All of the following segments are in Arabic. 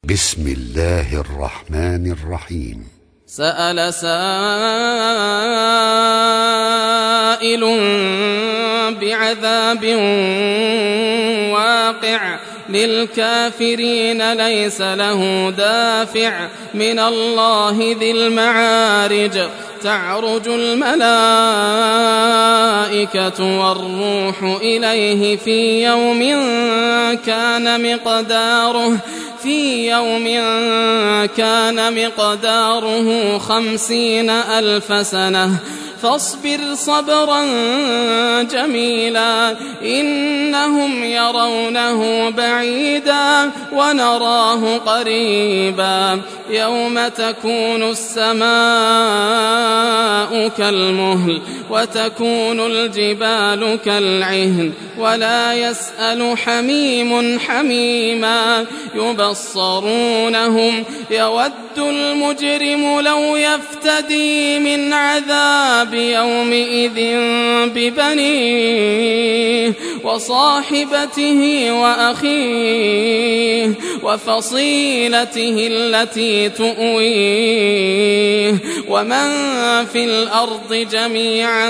بسم الله الرحمن الرحيم. سأل سائل بعذاب واقع للكافرين ليس له دافع من الله ذي المعارج تعرج الملائكة والروح إليه في يوم كان مقداره 50,000 سنة فاصبر صبرا جميلا إنهم يرونه بعيدا ونراه قريبا يوم تكون السماء كالمهل وتكون الجبال كالعهن ولا يسأل حميم حميما يبصرونهم يود المجرم لو يفتدي من عذاب يومئذ ببنيه وصاحبته وأخيه وفصيلته التي تؤويه ومن في الأرض جميعا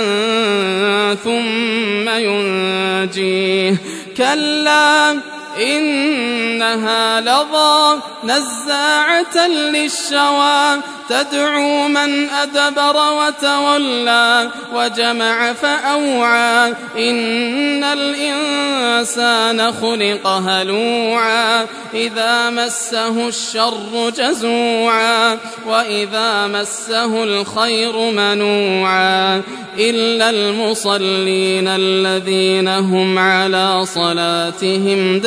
ثم ينجيه كلا إنها لظى نزاعة للشوى تدعو من أدبر وتولى وجمع فأوعى إن الإنسان خلق هلوعا إذا مسه الشر جزوعا وإذا مسه الخير منوعا إلا المصلين الذين هم على صلاتهم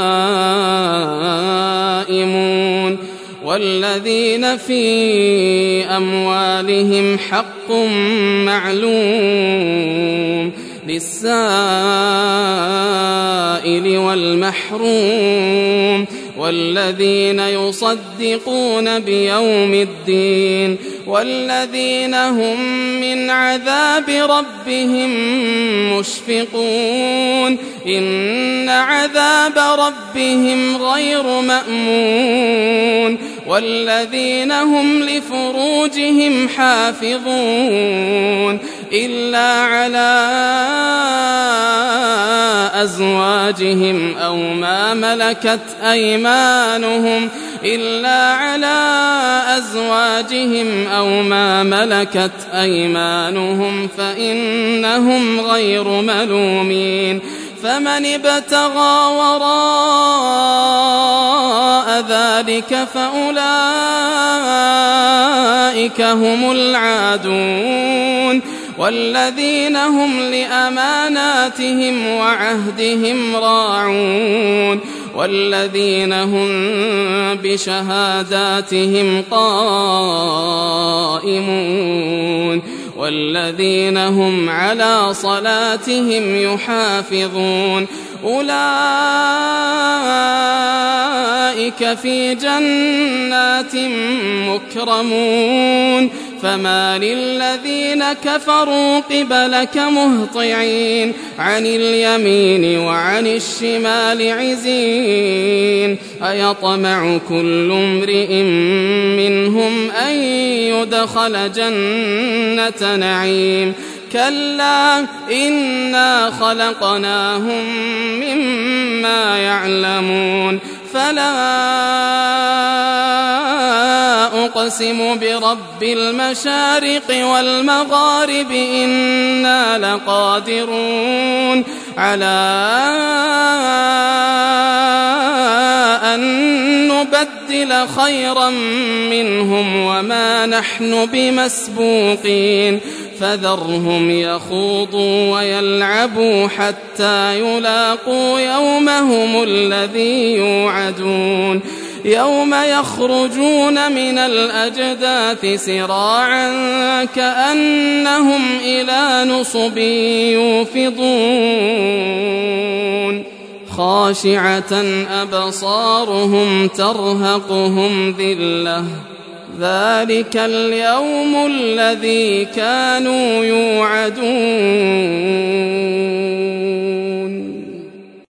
دائمون والذين في أموالهم حق معلوم للسائل والمحروم والذين يصدقون بيوم الدين والذين هم من عذاب ربهم مشفقون إن عذاب ربهم غير مأمون والذين هم لفروجهم حافظون إلا على أزواجهم أو ما ملكت أيمانهم فإنهم غير ملومين فمن ابتغى وراء ذلك فأولئك هم العادون والذين هم لأماناتهم وعهدهم راعون والذين هم بشهاداتهم قائمون والذين هم على صلاتهم يحافظون أولئك في جنات مكرمون فما للذين كفروا قبلك مهطعين عن اليمين وعن الشمال عزين أيطمع كل امرئ منهم أن يدخل جنة نعيم كلا إنا خلقناهم مما يعلمون فلا أقسم برب المشارق والمغارب إنا لقادرون على أن نبدل خيرا منهم وما نحن بمسبوقين فذرهم يخوضوا ويلعبوا حتى يلاقوا يومهم الذي يوعدون يوم يخرجون من الأجداث سراعا كأنهم إلى نصب يوفضون خاشعة أبصارهم ترهقهم ذلة ذلك اليوم الذي كانوا يوعدون